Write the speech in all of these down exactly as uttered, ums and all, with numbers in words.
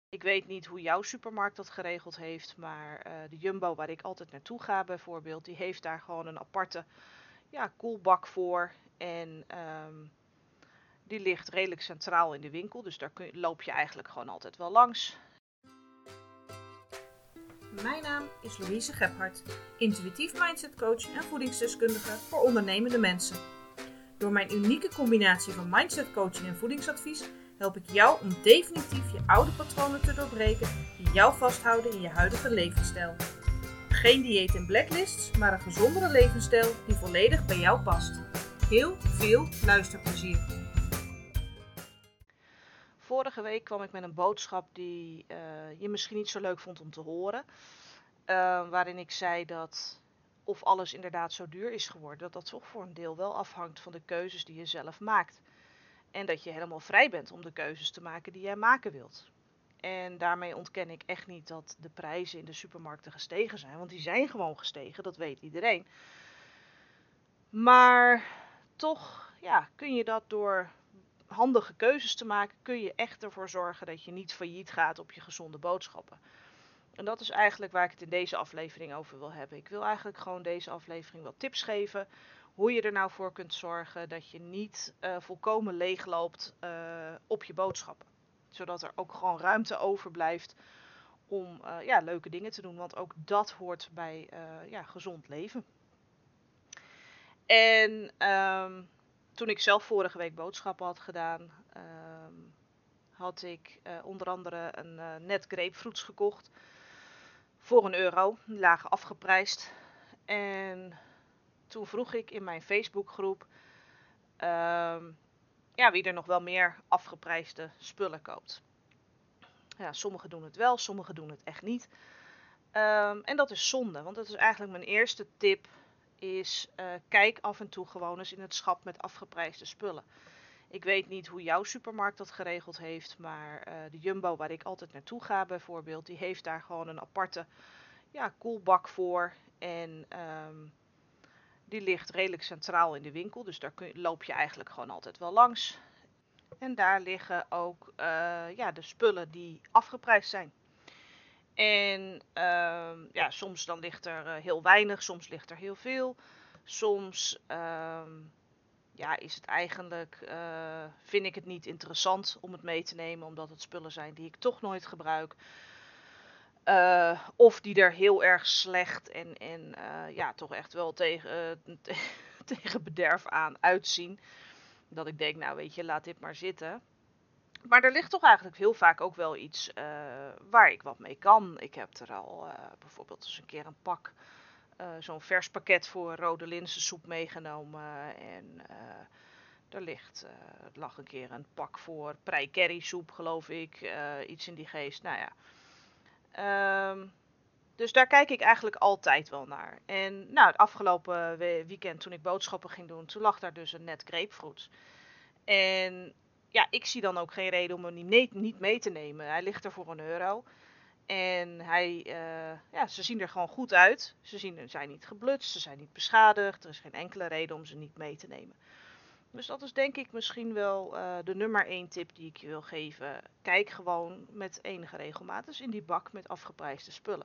Ik weet niet hoe jouw supermarkt dat geregeld heeft, maar uh, de Jumbo waar ik altijd naartoe ga bijvoorbeeld, die heeft daar gewoon een aparte ja, koelbak voor. En um, die ligt redelijk centraal in de winkel, dus daar kun je, loop je eigenlijk gewoon altijd wel langs. Mijn naam is Louise Gebhardt, intuïtief mindset coach en voedingsdeskundige voor ondernemende mensen. Door mijn unieke combinatie van mindset coaching en voedingsadvies help ik jou om definitief je oude patronen te doorbreken die jou vasthouden in je huidige levensstijl. Geen dieet en blacklists, maar een gezondere levensstijl die volledig bij jou past. Heel veel luisterplezier. Vorige week kwam ik met een boodschap die uh, je misschien niet zo leuk vond om te horen. Uh, waarin ik zei dat of alles inderdaad zo duur is geworden, dat dat toch voor een deel wel afhangt van de keuzes die je zelf maakt. En dat je helemaal vrij bent om de keuzes te maken die jij maken wilt. En daarmee ontken ik echt niet dat de prijzen in de supermarkten gestegen zijn. Want die zijn gewoon gestegen, dat weet iedereen. Maar toch ja, kun je dat door handige keuzes te maken, kun je echt ervoor zorgen dat je niet failliet gaat op je gezonde boodschappen. En dat is eigenlijk waar ik het in deze aflevering over wil hebben. Ik wil eigenlijk gewoon deze aflevering wat tips geven. Hoe je er nou voor kunt zorgen dat je niet uh, volkomen leegloopt uh, op je boodschappen. Zodat er ook gewoon ruimte overblijft om uh, ja, leuke dingen te doen. Want ook dat hoort bij uh, ja, gezond leven. En um, toen ik zelf vorige week boodschappen had gedaan, um, had ik uh, onder andere een uh, net grapefruits gekocht. Voor een euro, die lagen afgeprijsd. En toen vroeg ik in mijn Facebookgroep um, ja, wie er nog wel meer afgeprijsde spullen koopt. Ja, sommigen doen het wel, sommigen doen het echt niet. Um, en dat is zonde, want dat is eigenlijk mijn eerste tip. Is uh, kijk af en toe gewoon eens in het schap met afgeprijsde spullen. Ik weet niet hoe jouw supermarkt dat geregeld heeft, maar uh, de Jumbo waar ik altijd naartoe ga bijvoorbeeld, die heeft daar gewoon een aparte ja, koelbak voor. En um, die ligt redelijk centraal in de winkel, dus daar kun je, loop je eigenlijk gewoon altijd wel langs. En daar liggen ook uh, ja, de spullen die afgeprijsd zijn. En uh, ja, soms dan ligt er uh, heel weinig, soms ligt er heel veel. Soms uh, ja, is het eigenlijk, uh, vind ik het niet interessant om het mee te nemen, omdat het spullen zijn die ik toch nooit gebruik. Uh, of die er heel erg slecht en, en uh, ja, toch echt wel tegen, uh, te tegen bederf aan uitzien. Dat ik denk, nou weet je, laat dit maar zitten. Maar er ligt toch eigenlijk heel vaak ook wel iets uh, waar ik wat mee kan. Ik heb er al uh, bijvoorbeeld eens een keer een pak, uh, zo'n vers pakket voor rode linzensoep meegenomen. En uh, er ligt, uh, er lag een keer een pak voor prei currysoep, geloof ik. Uh, iets in die geest, nou ja. Um, dus daar kijk ik eigenlijk altijd wel naar. En nou, het afgelopen weekend toen ik boodschappen ging doen, toen lag daar dus een net grapefruits. En ja, ik zie dan ook geen reden om hem niet mee te nemen. Hij ligt er voor een euro. En hij, uh, ja, ze zien er gewoon goed uit. Ze zien, zijn niet geblutst, ze zijn niet beschadigd. Er is geen enkele reden om ze niet mee te nemen. Dus dat is denk ik misschien wel uh, de nummer één tip die ik je wil geven. Kijk gewoon met enige regelmaat dus in die bak met afgeprijsde spullen.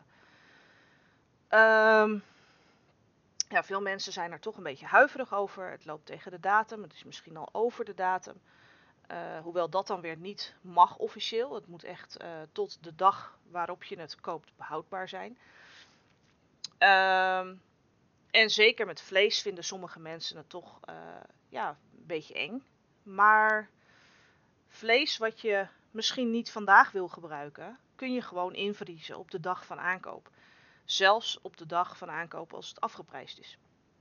Um, ja, veel mensen zijn er toch een beetje huiverig over. Het loopt tegen de datum, het is misschien al over de datum. Uh, hoewel dat dan weer niet mag officieel. Het moet echt uh, tot de dag waarop je het koopt behoudbaar zijn. Um, en zeker met vlees vinden sommige mensen het toch uh, ja, een beetje eng. Maar vlees wat je misschien niet vandaag wil gebruiken, kun je gewoon invriezen op de dag van aankoop. Zelfs op de dag van aankoop als het afgeprijsd is.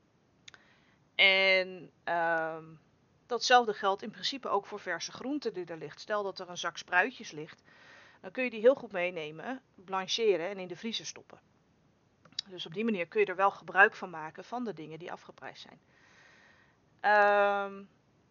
En um, datzelfde geldt in principe ook voor verse groenten die er ligt. Stel dat er een zak spruitjes ligt, dan kun je die heel goed meenemen, blancheren en in de vriezer stoppen. Dus op die manier kun je er wel gebruik van maken van de dingen die afgeprijsd zijn. Um,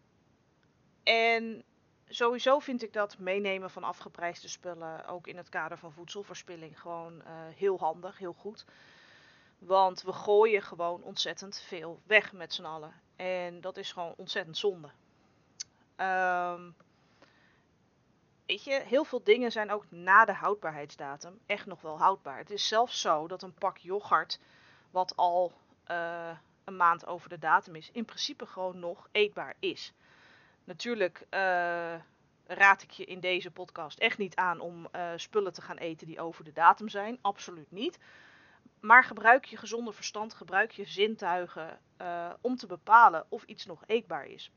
en sowieso vind ik dat meenemen van afgeprijsde spullen, ook in het kader van voedselverspilling, gewoon uh, heel handig, heel goed. Want we gooien gewoon ontzettend veel weg met z'n allen. En dat is gewoon ontzettend zonde. Um, weet je, heel veel dingen zijn ook na de houdbaarheidsdatum echt nog wel houdbaar. Het is zelfs zo dat een pak yoghurt, wat al uh, een maand over de datum is, in principe gewoon nog eetbaar is. Natuurlijk uh, raad ik je in deze podcast echt niet aan om uh, spullen te gaan eten die over de datum zijn. Absoluut niet. Maar gebruik je gezonde verstand, gebruik je zintuigen uh, om te bepalen of iets nog eetbaar is.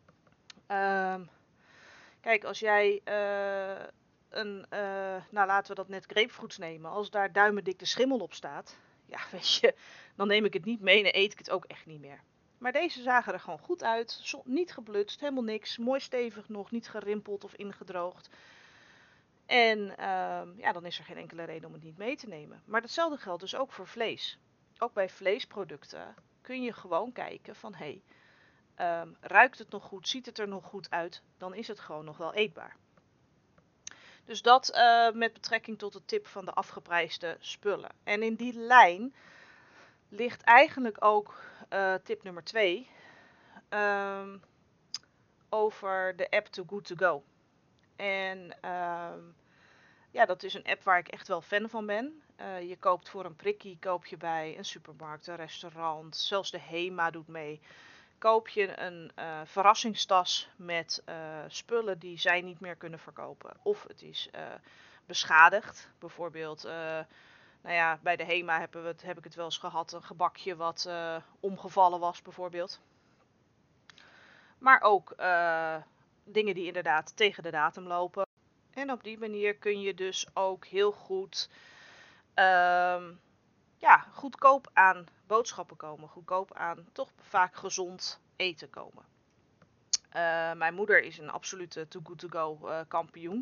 Uh, kijk, als jij uh, een, uh, nou laten we dat net grapefruits nemen, als daar duimendik de schimmel op staat, ja weet je, dan neem ik het niet mee en dan eet ik het ook echt niet meer. Maar deze zagen er gewoon goed uit, zo, niet geblutst, helemaal niks, mooi stevig nog, niet gerimpeld of ingedroogd. En uh, ja, dan is er geen enkele reden om het niet mee te nemen. Maar datzelfde geldt dus ook voor vlees. Ook bij vleesproducten kun je gewoon kijken van, hé, hey, um, ruikt het nog goed, ziet het er nog goed uit, dan is het gewoon nog wel eetbaar. Dus dat uh, met betrekking tot de tip van de afgeprijsde spullen. En in die lijn ligt eigenlijk ook uh, tip nummer twee um, over de app Too Good To Go. En um, ja, dat is een app waar ik echt wel fan van ben. Uh, je koopt voor een prikkie, koop je bij een supermarkt, een restaurant, zelfs de HEMA doet mee. Koop je een uh, verrassingstas met uh, spullen die zij niet meer kunnen verkopen. Of het is uh, beschadigd. Bijvoorbeeld, uh, nou ja, bij de HEMA hebben we het, heb ik het wel eens gehad, een gebakje wat uh, omgevallen was bijvoorbeeld. Maar ook uh, dingen die inderdaad tegen de datum lopen. En op die manier kun je dus ook heel goed, uh, ja, goedkoop aan boodschappen komen. Goedkoop aan toch vaak gezond eten komen. Uh, mijn moeder is een absolute Too Good To Go uh, kampioen.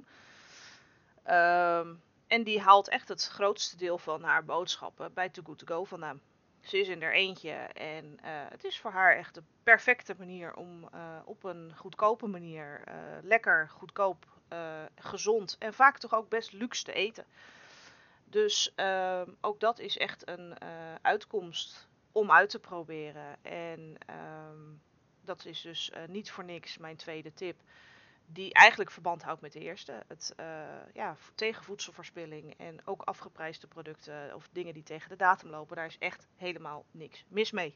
Uh, en die haalt echt het grootste deel van haar boodschappen bij Too Good To Go vandaan. Ze is in haar eentje en uh, het is voor haar echt de perfecte manier om uh, op een goedkope manier uh, lekker, goedkoop, uh, gezond en vaak toch ook best luxe te eten. Dus uh, ook dat is echt een uh, uitkomst om uit te proberen. En um, dat is dus uh, niet voor niks mijn tweede tip. Die eigenlijk verband houdt met de eerste. Het uh, ja, tegen voedselverspilling en ook afgeprijsde producten of dingen die tegen de datum lopen. Daar is echt helemaal niks mis mee.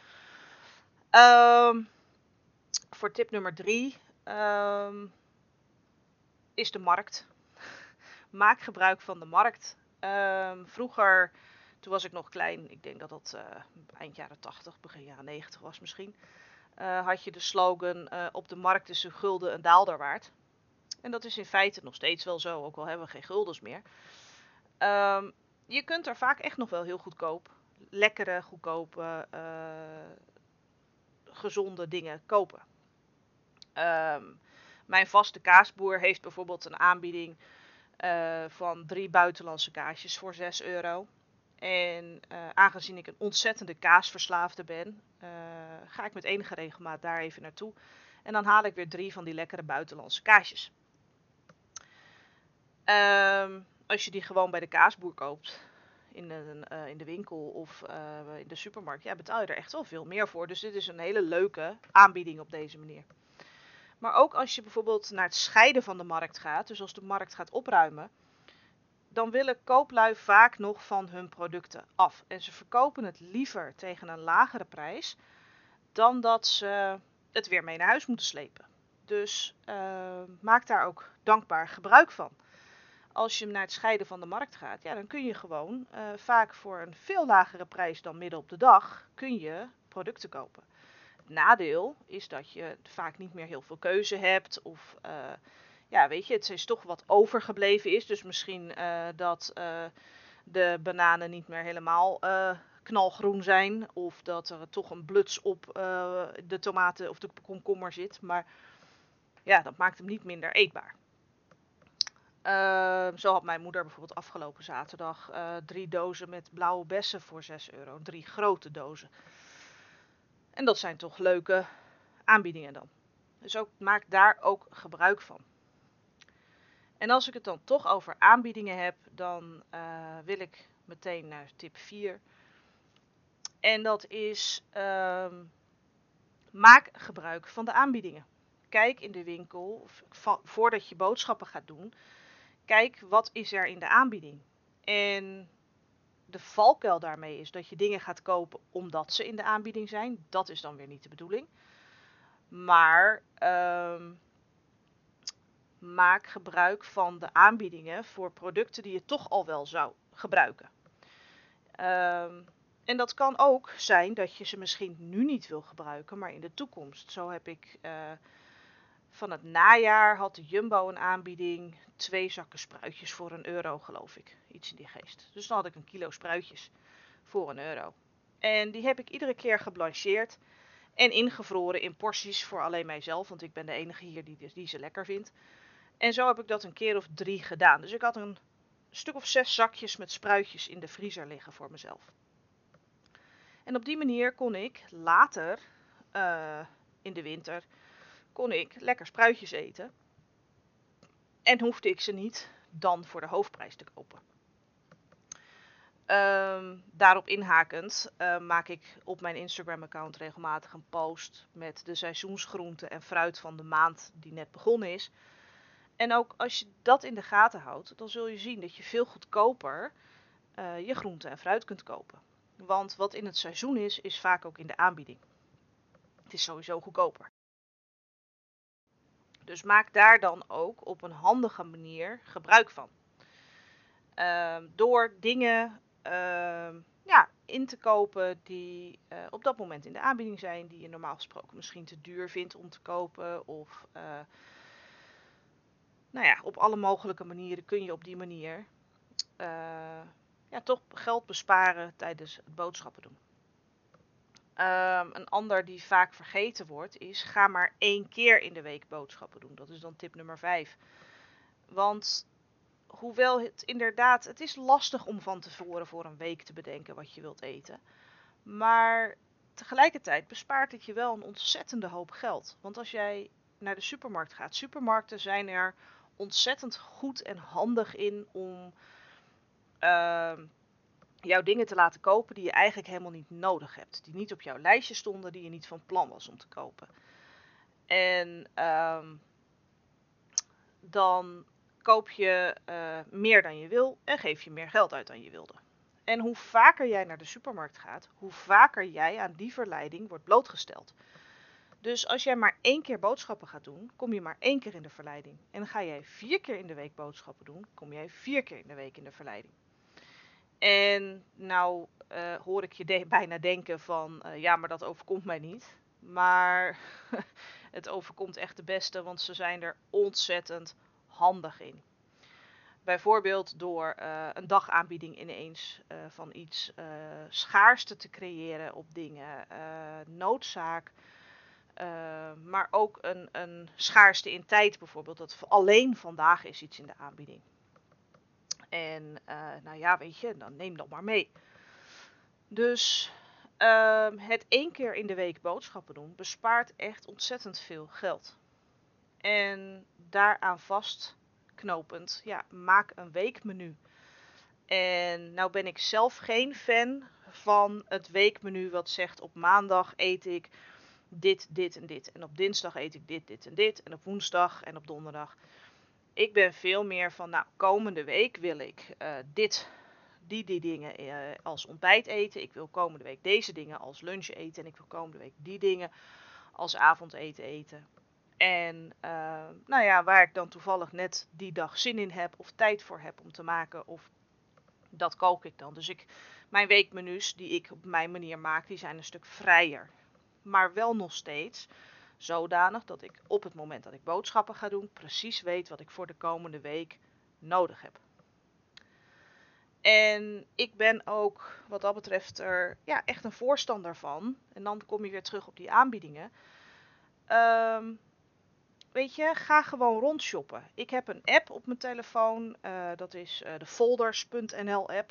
Um, voor tip nummer drie um, is de markt. Maak gebruik van de markt. Um, vroeger, toen was ik nog klein, ik denk dat dat uh, eind jaren tachtig, begin jaren negentig was misschien. Uh, had je de slogan, uh, op de markt is een gulden een daalder waard. En dat is in feite nog steeds wel zo, ook al hebben we geen guldens meer. Um, je kunt er vaak echt nog wel heel goedkoop, lekkere, goedkope, uh, gezonde dingen kopen. Um, mijn vaste kaasboer heeft bijvoorbeeld een aanbieding uh, van drie buitenlandse kaasjes voor zes euro. En uh, aangezien ik een ontzettende kaasverslaafde ben, uh, ga ik met enige regelmaat daar even naartoe. En dan haal ik weer drie van die lekkere buitenlandse kaasjes. Um, als je die gewoon bij de kaasboer koopt, in de, uh, in de winkel of uh, in de supermarkt, ja, betaal je er echt wel veel meer voor. Dus dit is een hele leuke aanbieding op deze manier. Maar ook als je bijvoorbeeld naar het scheiden van de markt gaat, dus als de markt gaat opruimen, dan willen kooplui vaak nog van hun producten af. En ze verkopen het liever tegen een lagere prijs dan dat ze het weer mee naar huis moeten slepen. Dus uh, maak daar ook dankbaar gebruik van. Als je naar het scheiden van de markt gaat, ja, dan kun je gewoon uh, vaak voor een veel lagere prijs dan midden op de dag kun je producten kopen. Het nadeel is dat je vaak niet meer heel veel keuze hebt of uh, ja, weet je, het is toch wat overgebleven is. Dus misschien uh, dat uh, de bananen niet meer helemaal uh, knalgroen zijn. Of dat er toch een bluts op uh, de tomaten of de komkommer zit. Maar ja, dat maakt hem niet minder eetbaar. Uh, zo had mijn moeder bijvoorbeeld afgelopen zaterdag uh, drie dozen met blauwe bessen voor zes euro. Drie grote dozen. En dat zijn toch leuke aanbiedingen dan. Dus ook, maak daar ook gebruik van. En als ik het dan toch over aanbiedingen heb, dan uh, wil ik meteen naar tip vier. En dat is, uh, maak gebruik van de aanbiedingen. kijk in de winkel, of va- voordat je boodschappen gaat doen, kijk wat is er in de aanbieding. En de valkuil daarmee is dat je dingen gaat kopen omdat ze in de aanbieding zijn. Dat is dan weer niet de bedoeling. Maar ehm, maak gebruik van de aanbiedingen voor producten die je toch al wel zou gebruiken. Um, en dat kan ook zijn dat je ze misschien nu niet wil gebruiken, maar in de toekomst. Zo heb ik uh, van het najaar had de Jumbo een aanbieding. Twee zakken spruitjes voor een euro, geloof ik. Iets in die geest. Dus dan had ik een kilo spruitjes voor een euro. En die heb ik iedere keer geblancheerd en ingevroren in porties voor alleen mijzelf. Want ik ben de enige hier die, die ze lekker vindt. En zo heb ik dat een keer of drie gedaan. Dus ik had een stuk of zes zakjes met spruitjes in de vriezer liggen voor mezelf. En op die manier kon ik later, uh, in de winter, kon ik lekker spruitjes eten. En hoefde ik ze niet dan voor de hoofdprijs te kopen. Um, daarop inhakend uh, maak ik op mijn Instagram-account regelmatig een post met de seizoensgroenten en fruit van de maand die net begonnen is. En ook als je dat in de gaten houdt, dan zul je zien dat je veel goedkoper uh, je groenten en fruit kunt kopen. Want wat in het seizoen is, is vaak ook in de aanbieding. Het is sowieso goedkoper. Dus maak daar dan ook op een handige manier gebruik van. Uh, door dingen uh, ja, in te kopen die uh, op dat moment in de aanbieding zijn, die je normaal gesproken misschien te duur vindt om te kopen. Of uh, nou ja, op alle mogelijke manieren kun je op die manier uh, ja, toch geld besparen tijdens het boodschappen doen. Um, een ander die vaak vergeten wordt is, ga maar één keer in de week boodschappen doen. Dat is dan tip nummer vijf. Want hoewel het inderdaad, het is lastig om van tevoren voor een week te bedenken wat je wilt eten. Maar tegelijkertijd bespaart het je wel een ontzettende hoop geld. Want als jij naar de supermarkt gaat, supermarkten zijn er ontzettend goed en handig in om uh, jouw dingen te laten kopen die je eigenlijk helemaal niet nodig hebt. Die niet op jouw lijstje stonden, die je niet van plan was om te kopen. En uh, dan koop je uh, meer dan je wil en geef je meer geld uit dan je wilde. En hoe vaker jij naar de supermarkt gaat, hoe vaker jij aan die verleiding wordt blootgesteld. Dus als jij maar één keer boodschappen gaat doen, kom je maar één keer in de verleiding. En ga jij vier keer in de week boodschappen doen, kom jij vier keer in de week in de verleiding. En nou uh, hoor ik je de- bijna denken van, uh, ja, maar dat overkomt mij niet. Maar het overkomt echt de beste, want ze zijn er ontzettend handig in. Bijvoorbeeld door uh, een dagaanbieding ineens uh, van iets uh, schaarste te creëren op dingen, uh, noodzaak. Uh, maar ook een, een schaarste in tijd bijvoorbeeld, dat alleen vandaag is iets in de aanbieding. En uh, nou ja, weet je, dan neem dat maar mee. Dus uh, het één keer in de week boodschappen doen bespaart echt ontzettend veel geld. En daaraan vastknopend, ja, maak een weekmenu. En nou ben ik zelf geen fan van het weekmenu wat zegt op maandag eet ik dit, dit en dit. En op dinsdag eet ik dit, dit en dit. En op woensdag en op donderdag. Ik ben veel meer van, nou, komende week wil ik uh, dit, die, die dingen uh, als ontbijt eten. Ik wil komende week deze dingen als lunch eten. En ik wil komende week die dingen als avondeten eten. En uh, nou ja, waar ik dan toevallig net die dag zin in heb of tijd voor heb om te maken, of dat kook ik dan. Dus ik, mijn weekmenu's die ik op mijn manier maak, die zijn een stuk vrijer. Maar wel nog steeds zodanig dat ik op het moment dat ik boodschappen ga doen, precies weet wat ik voor de komende week nodig heb. En ik ben ook wat dat betreft er ja, echt een voorstander van. En dan kom je weer terug op die aanbiedingen. Um, weet je, ga gewoon rondshoppen. Ik heb een app op mijn telefoon. Uh, dat is uh, de folders punt n l app.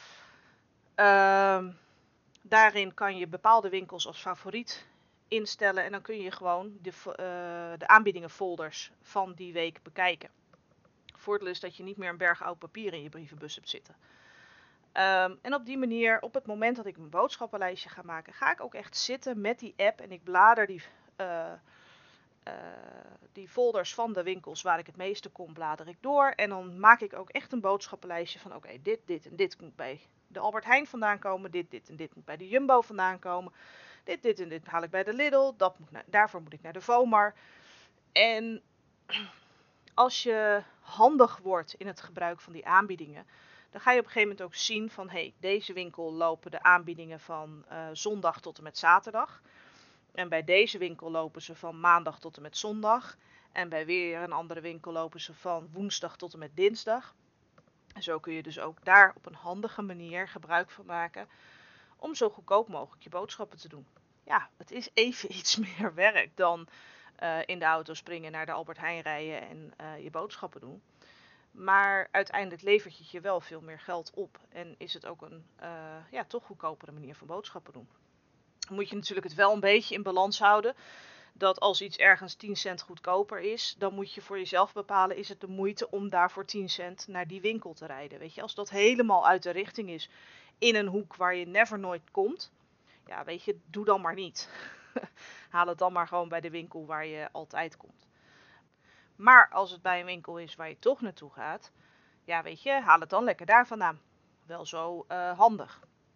Uh, daarin kan je bepaalde winkels als favoriet instellen. En dan kun je gewoon de, uh, de aanbiedingenfolders van die week bekijken. Voordeel is dat je niet meer een berg oud papier in je brievenbus hebt zitten. Um, en op die manier, op het moment dat ik mijn boodschappenlijstje ga maken, ga ik ook echt zitten met die app. En ik blader die uh, uh, die folders van de winkels waar ik het meeste kom, blader ik door. En dan maak ik ook echt een boodschappenlijstje van oké, okay, dit, dit en dit moet bij de Albert Heijn vandaan komen. Dit, dit en dit moet bij de Jumbo vandaan komen. Dit, dit en dit haal ik bij de Lidl. Dat moet naar, daarvoor moet ik naar de Vomar. En als je handig wordt in het gebruik van die aanbiedingen, dan ga je op een gegeven moment ook zien van hé, hey, deze winkel lopen de aanbiedingen van uh, zondag tot en met zaterdag. En bij deze winkel lopen ze van maandag tot en met zondag. En bij weer een andere winkel lopen ze van woensdag tot en met dinsdag. En zo kun je dus ook daar op een handige manier gebruik van maken om zo goedkoop mogelijk je boodschappen te doen. Ja, het is even iets meer werk dan uh, in de auto springen, naar de Albert Heijn rijden en uh, je boodschappen doen. Maar uiteindelijk levert je je wel veel meer geld op. En is het ook een uh, ja, toch goedkopere manier van boodschappen doen. Dan moet je natuurlijk het wel een beetje in balans houden. Dat als iets ergens tien cent goedkoper is, dan moet je voor jezelf bepalen, is het de moeite om daar voor tien cent naar die winkel te rijden. Weet je, als dat helemaal uit de richting is, in een hoek waar je never nooit komt, ja, weet je, doe dan maar niet. Haal het dan maar gewoon bij de winkel waar je altijd komt. Maar als het bij een winkel is waar je toch naartoe gaat, ja, weet je, haal het dan lekker daar vandaan. Wel zo uh, handig.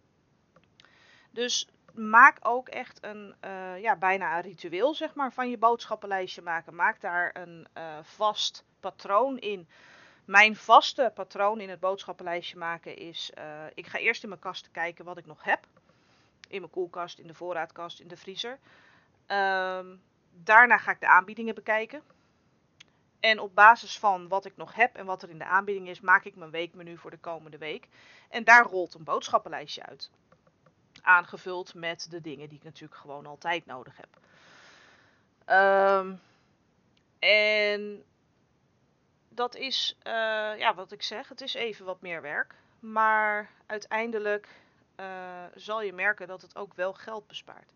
Dus maak ook echt een, uh, ja, bijna een ritueel, zeg maar, van je boodschappenlijstje maken. Maak daar een uh, vast patroon in. Mijn vaste patroon in het boodschappenlijstje maken is, uh, ik ga eerst in mijn kast kijken wat ik nog heb. In mijn koelkast, in de voorraadkast, in de vriezer. Um, daarna ga ik de aanbiedingen bekijken. En op basis van wat ik nog heb en wat er in de aanbieding is, maak ik mijn weekmenu voor de komende week. En daar rolt een boodschappenlijstje uit. Aangevuld met de dingen die ik natuurlijk gewoon altijd nodig heb. Um, en dat is, uh, ja, wat ik zeg, het is even wat meer werk. Maar uiteindelijk uh, zal je merken dat het ook wel geld bespaart.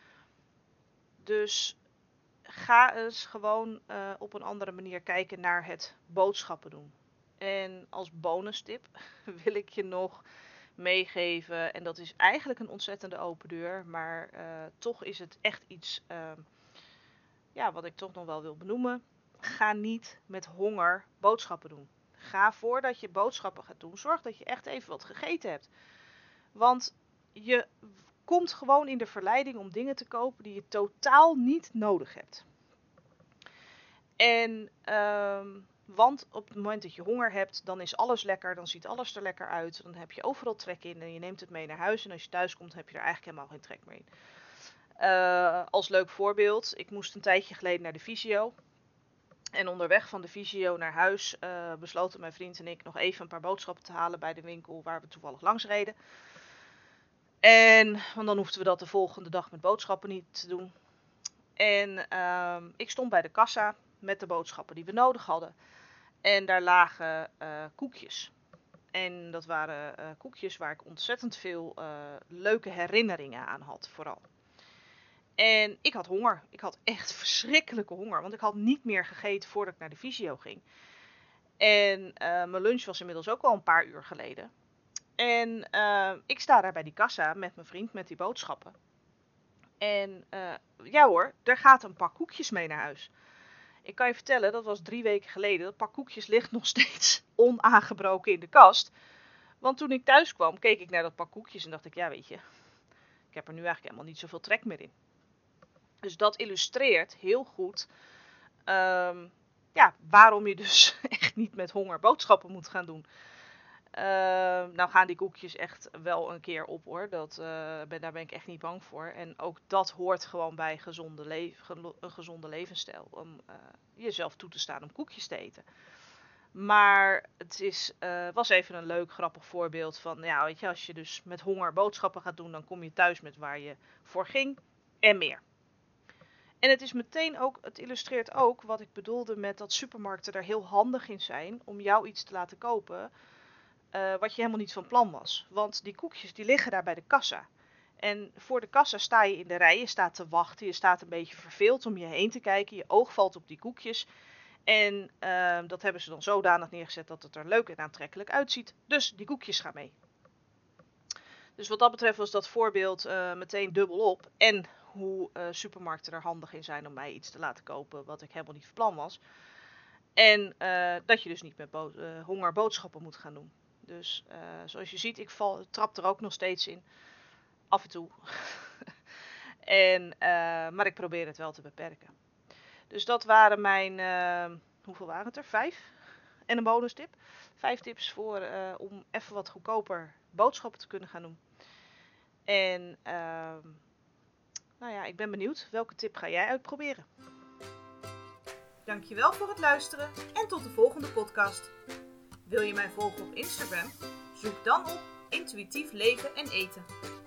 Dus ga eens gewoon uh, op een andere manier kijken naar het boodschappen doen. En als bonus tip wil ik je nog meegeven, en dat is eigenlijk een ontzettende open deur, maar uh, toch is het echt iets uh, ja, wat ik toch nog wel wil benoemen. Ga niet met honger boodschappen doen. Ga voordat je boodschappen gaat doen, zorg dat je echt even wat gegeten hebt. Want je komt gewoon in de verleiding om dingen te kopen die je totaal niet nodig hebt. En um, want op het moment dat je honger hebt, dan is alles lekker, dan ziet alles er lekker uit. Dan heb je overal trek in en je neemt het mee naar huis. En als je thuis komt, heb je er eigenlijk helemaal geen trek meer in. Uh, als leuk voorbeeld, ik moest een tijdje geleden naar de fysio. En onderweg van de fysio naar huis uh, besloten mijn vriend en ik nog even een paar boodschappen te halen bij de winkel waar we toevallig langs reden. En want dan hoefden we dat de volgende dag met boodschappen niet te doen. En uh, ik stond bij de kassa met de boodschappen die we nodig hadden. En daar lagen uh, koekjes. En dat waren uh, koekjes waar ik ontzettend veel uh, leuke herinneringen aan had, vooral. En ik had honger. Ik had echt verschrikkelijke honger. Want ik had niet meer gegeten voordat ik naar de fysio ging. En uh, mijn lunch was inmiddels ook al een paar uur geleden. En uh, ik sta daar bij die kassa met mijn vriend met die boodschappen. En uh, ja hoor, er gaat een pak koekjes mee naar huis. Ik kan je vertellen, dat was drie weken geleden. Dat pak koekjes ligt nog steeds onaangebroken in de kast. Want toen ik thuis kwam, keek ik naar dat pak koekjes en dacht ik, ja weet je, ik heb er nu eigenlijk helemaal niet zoveel trek meer in. Dus dat illustreert heel goed um, ja, waarom je dus echt niet met honger boodschappen moet gaan doen. Uh, nou gaan die koekjes echt wel een keer op hoor, dat, uh, ben, daar ben ik echt niet bang voor. En ook dat hoort gewoon bij gezonde le- ge- een gezonde levensstijl, om uh, jezelf toe te staan om koekjes te eten. Maar het is, uh, was even een leuk grappig voorbeeld van, ja weet je, als je dus met honger boodschappen gaat doen, dan kom je thuis met waar je voor ging en meer. En het is meteen ook, het illustreert ook wat ik bedoelde met dat supermarkten er heel handig in zijn om jou iets te laten kopen uh, wat je helemaal niet van plan was. Want die koekjes die liggen daar bij de kassa. En voor de kassa sta je in de rij, je staat te wachten, je staat een beetje verveeld om je heen te kijken, je oog valt op die koekjes. En uh, dat hebben ze dan zodanig neergezet dat het er leuk en aantrekkelijk uitziet. Dus die koekjes gaan mee. Dus wat dat betreft was dat voorbeeld uh, meteen dubbel op. En hoe uh, supermarkten er handig in zijn om mij iets te laten kopen wat ik helemaal niet van plan was. En uh, dat je dus niet met bo- uh, honger boodschappen moet gaan doen. Dus uh, zoals je ziet, ik val, trap er ook nog steeds in. Af en toe. en, uh, maar ik probeer het wel te beperken. Dus dat waren mijn, uh, hoeveel waren het er? Vijf? En een bonus tip. Vijf tips voor, uh, om even wat goedkoper boodschappen te kunnen gaan doen. En uh, nou ja, ik ben benieuwd. Welke tip ga jij uitproberen? Dankjewel voor het luisteren en tot de volgende podcast. Wil je mij volgen op Instagram? Zoek dan op Intuïtief Leven en Eten.